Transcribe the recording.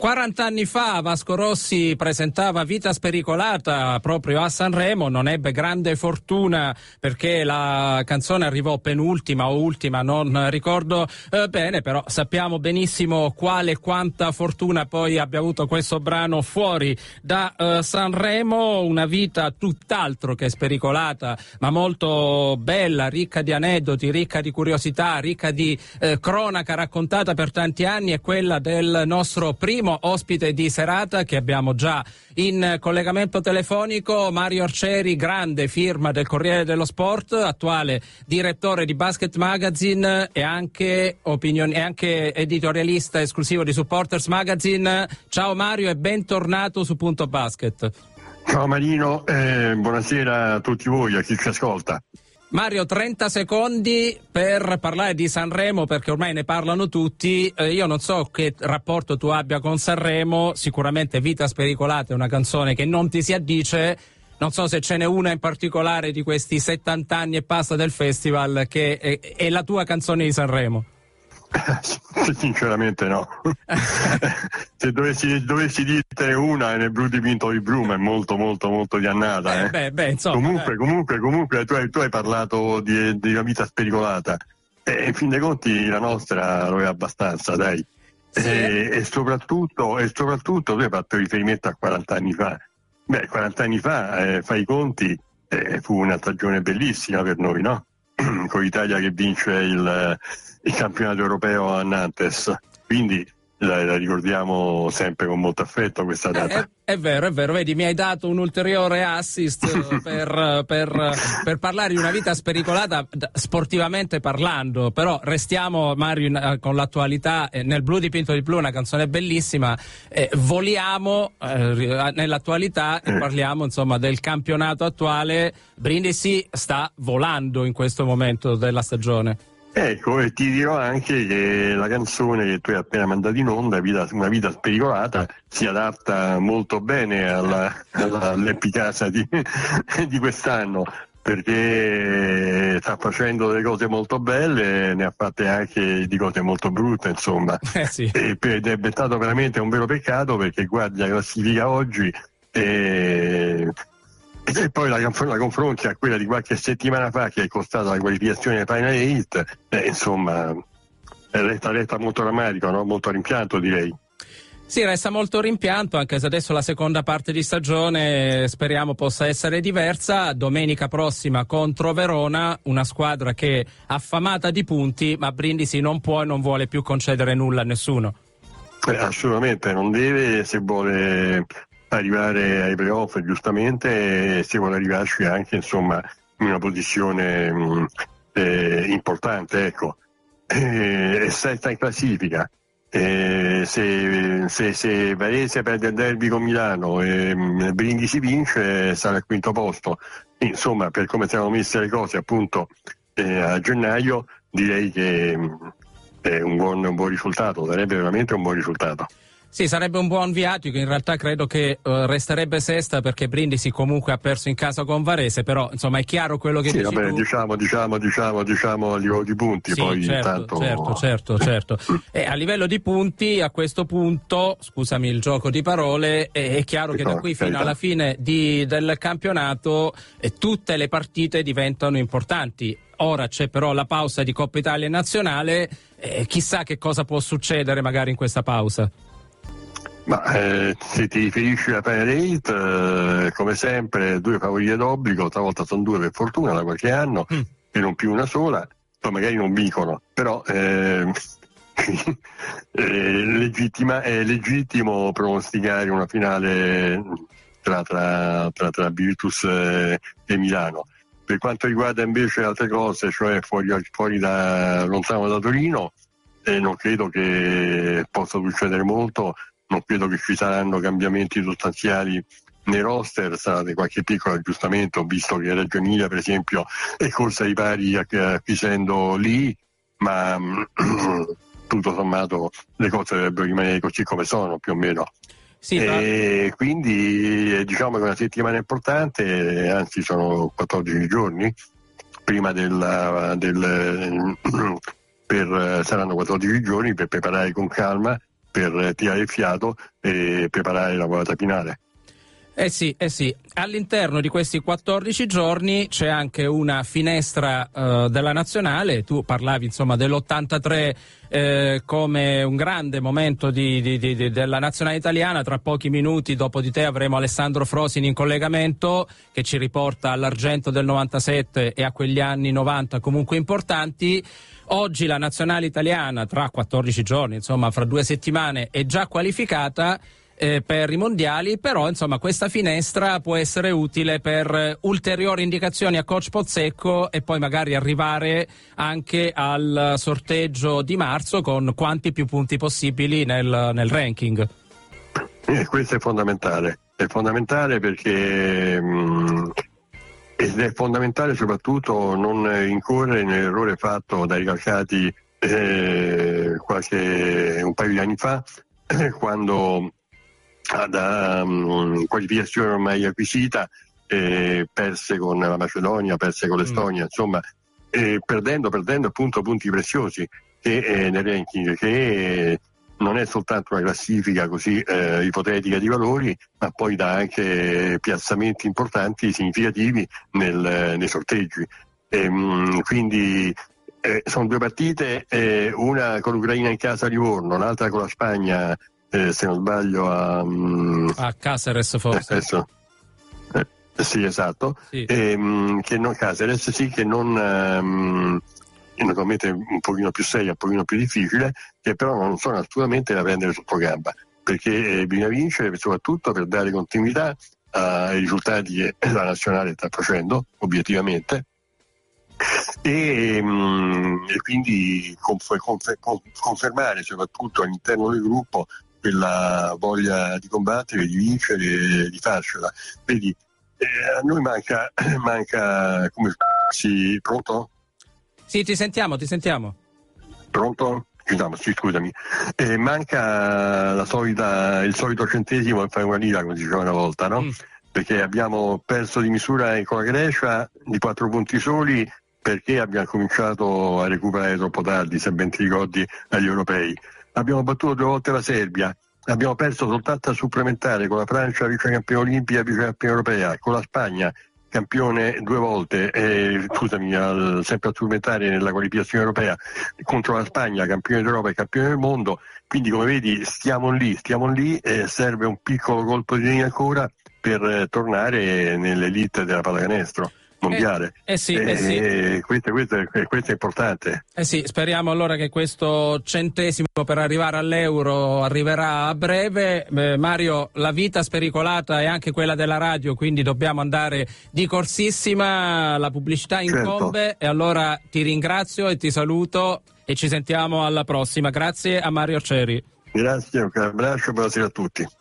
40 anni fa Vasco Rossi presentava Vita spericolata proprio a Sanremo, non ebbe grande fortuna perché la canzone arrivò penultima o ultima, non ricordo bene, però sappiamo benissimo quale e quanta fortuna poi abbia avuto questo brano fuori da Sanremo. Una vita tutt'altro che spericolata, ma molto bella, ricca di aneddoti, ricca di curiosità, ricca di cronaca raccontata per tanti anni, è quella del nostro primo ospite di serata che abbiamo già in collegamento telefonico, Mario Arcieri, grande firma del Corriere dello Sport, attuale direttore di Basket Magazine e anche editorialista esclusivo di Supporters Magazine. Ciao Mario e bentornato su Punto Basket. Ciao Marino, buonasera a tutti voi, a chi ci ascolta. Mario, 30 secondi per parlare di Sanremo, perché ormai ne parlano tutti. Io non so che rapporto tu abbia con Sanremo, sicuramente Vita spericolata è una canzone che non ti si addice. Non so se ce n'è una in particolare di questi 70 anni e passa del festival che è la tua canzone di Sanremo. Sinceramente no. Se dovessi dirtene una nel blu dipinto di Brum è molto dannata. Insomma, comunque tu hai parlato di una vita spericolata e in fin dei conti la nostra lo è abbastanza, dai. Sì. E soprattutto tu hai fatto riferimento a 40 anni fa. 40 anni fa, fai i conti, fu una stagione bellissima per noi, no? Con l'Italia che vince il campionato europeo a Nantes, quindi la ricordiamo sempre con molto affetto questa data. È vero, vedi, mi hai dato un ulteriore assist per parlare di una vita spericolata sportivamente parlando, però restiamo, Mario, con l'attualità. Nel blu dipinto di blu, una canzone bellissima, voliamo nell'attualità e parliamo insomma del campionato attuale. Brindisi sta volando in questo momento della stagione. Ecco, e ti dirò anche che la canzone che tu hai appena mandato in onda, Una vita spericolata, si adatta molto bene all'epicasa di quest'anno, perché sta facendo delle cose molto belle, ne ha fatte anche di cose molto brutte, insomma. Sì. Ed è stato veramente un vero peccato, perché guardi la classifica oggi e poi la confronti a quella di qualche settimana fa, che è costata la qualificazione ai Final Eight, insomma resta molto drammatico, no? Molto rimpianto, direi. Sì, resta molto rimpianto, anche se adesso la seconda parte di stagione speriamo possa essere diversa. Domenica prossima contro Verona, una squadra che è affamata di punti, ma Brindisi non può e non vuole più concedere nulla a nessuno. Assolutamente, non deve, se vuole arrivare ai playoff, giustamente, e se vuole arrivarci anche insomma in una posizione importante, ecco. Sta in classifica. Se Varese perde il derby con Milano e Brindisi vince, sarà al quinto posto. Insomma, per come siamo messe le cose appunto a gennaio, direi che è un buon risultato, sarebbe veramente un buon risultato. Sì, sarebbe un buon viatico. In realtà credo che resterebbe sesta, perché Brindisi comunque ha perso in casa con Varese, però insomma è chiaro quello che dici tu. Diciamo a livello di punti, sì, poi certo, intanto... certo. E a livello di punti, a questo punto, scusami il gioco di parole, è chiaro che da qui fino alla fine del campionato tutte le partite diventano importanti. Ora c'è però la pausa di Coppa Italia e Nazionale, chissà che cosa può succedere magari in questa pausa. Ma se ti riferisci a Final Eight, come sempre due favorite d'obbligo, stavolta sono due per fortuna da qualche anno e non più una sola, poi magari non vincono, però è legittimo pronosticare una finale tra Virtus e Milano. Per quanto riguarda invece altre cose, cioè fuori lontano da Torino, non credo che possa succedere molto. Non credo che ci saranno cambiamenti sostanziali nei roster, sarà qualche piccolo aggiustamento, visto che Reggio Emilia per esempio è corsa ai pari acquisendo lì, ma tutto sommato le cose dovrebbero rimanere così come sono, più o meno. Sì, e quindi diciamo che è una settimana importante, anzi sono 14 giorni prima saranno 14 giorni per preparare con calma, per tirare il fiato e preparare la volata finale. Eh sì. All'interno di questi 14 giorni c'è anche una finestra della nazionale. Tu parlavi insomma dell'83 come un grande momento della nazionale italiana. Tra pochi minuti dopo di te avremo Alessandro Frosin in collegamento, che ci riporta all'argento del 97 e a quegli anni 90 comunque importanti. Oggi la nazionale italiana, tra 14 giorni, insomma fra 2 settimane, è già qualificata per i mondiali, però insomma questa finestra può essere utile per ulteriori indicazioni a coach Pozzecco e poi magari arrivare anche al sorteggio di marzo con quanti più punti possibili nel ranking. Questo è fondamentale perché ed è fondamentale soprattutto non incorrere nell'errore fatto dai calciati un paio di anni fa, quando da qualificazione ormai acquisita perse con la Macedonia, perse con l'Estonia, insomma perdendo appunto punti preziosi nel ranking, che non è soltanto una classifica così ipotetica di valori, ma poi dà anche piazzamenti importanti, significativi nei sorteggi. Quindi sono 2 partite, una con l'Ucraina in casa a Livorno, l'altra con la Spagna, se non sbaglio a Caceres forse. Sì, esatto. Sì. Che non Caceres, sì, che non naturalmente un pochino più seria, un pochino più difficile, che però non sono assolutamente da prendere sotto gamba, perché bisogna vincere soprattutto per dare continuità ai risultati che la nazionale sta facendo obiettivamente, e quindi confermare soprattutto all'interno del gruppo quella voglia di combattere, di vincere, di farcela. Vedi, a noi manca come si pronto? Sì, ti sentiamo. Pronto? Sì, scusami. Manca il solito centesimo per fare una lira, come si diceva una volta, no? Perché abbiamo perso di misura con la Grecia di 4 punti soli, perché abbiamo cominciato a recuperare troppo tardi, se ben ti ricordi, agli europei. Abbiamo battuto 2 volte la Serbia, abbiamo perso soltanto a supplementare con la Francia, vice campione olimpica, vice campione europea, con la Spagna, campione 2 volte, sempre a supplementare nella qualificazione europea, contro la Spagna, campione d'Europa e campione del mondo. Quindi come vedi stiamo lì, serve un piccolo colpo di legno ancora per tornare nell'elite della pallacanestro mondiale. Sì. Questo è importante. Sì, speriamo allora che questo centesimo per arrivare all'euro arriverà a breve. Mario, la vita spericolata è anche quella della radio, quindi dobbiamo andare di corsissima, la pubblicità incombe, certo. E allora ti ringrazio e ti saluto e ci sentiamo alla prossima. Grazie a Mario Arcieri. Grazie, un abbraccio, buonasera a tutti.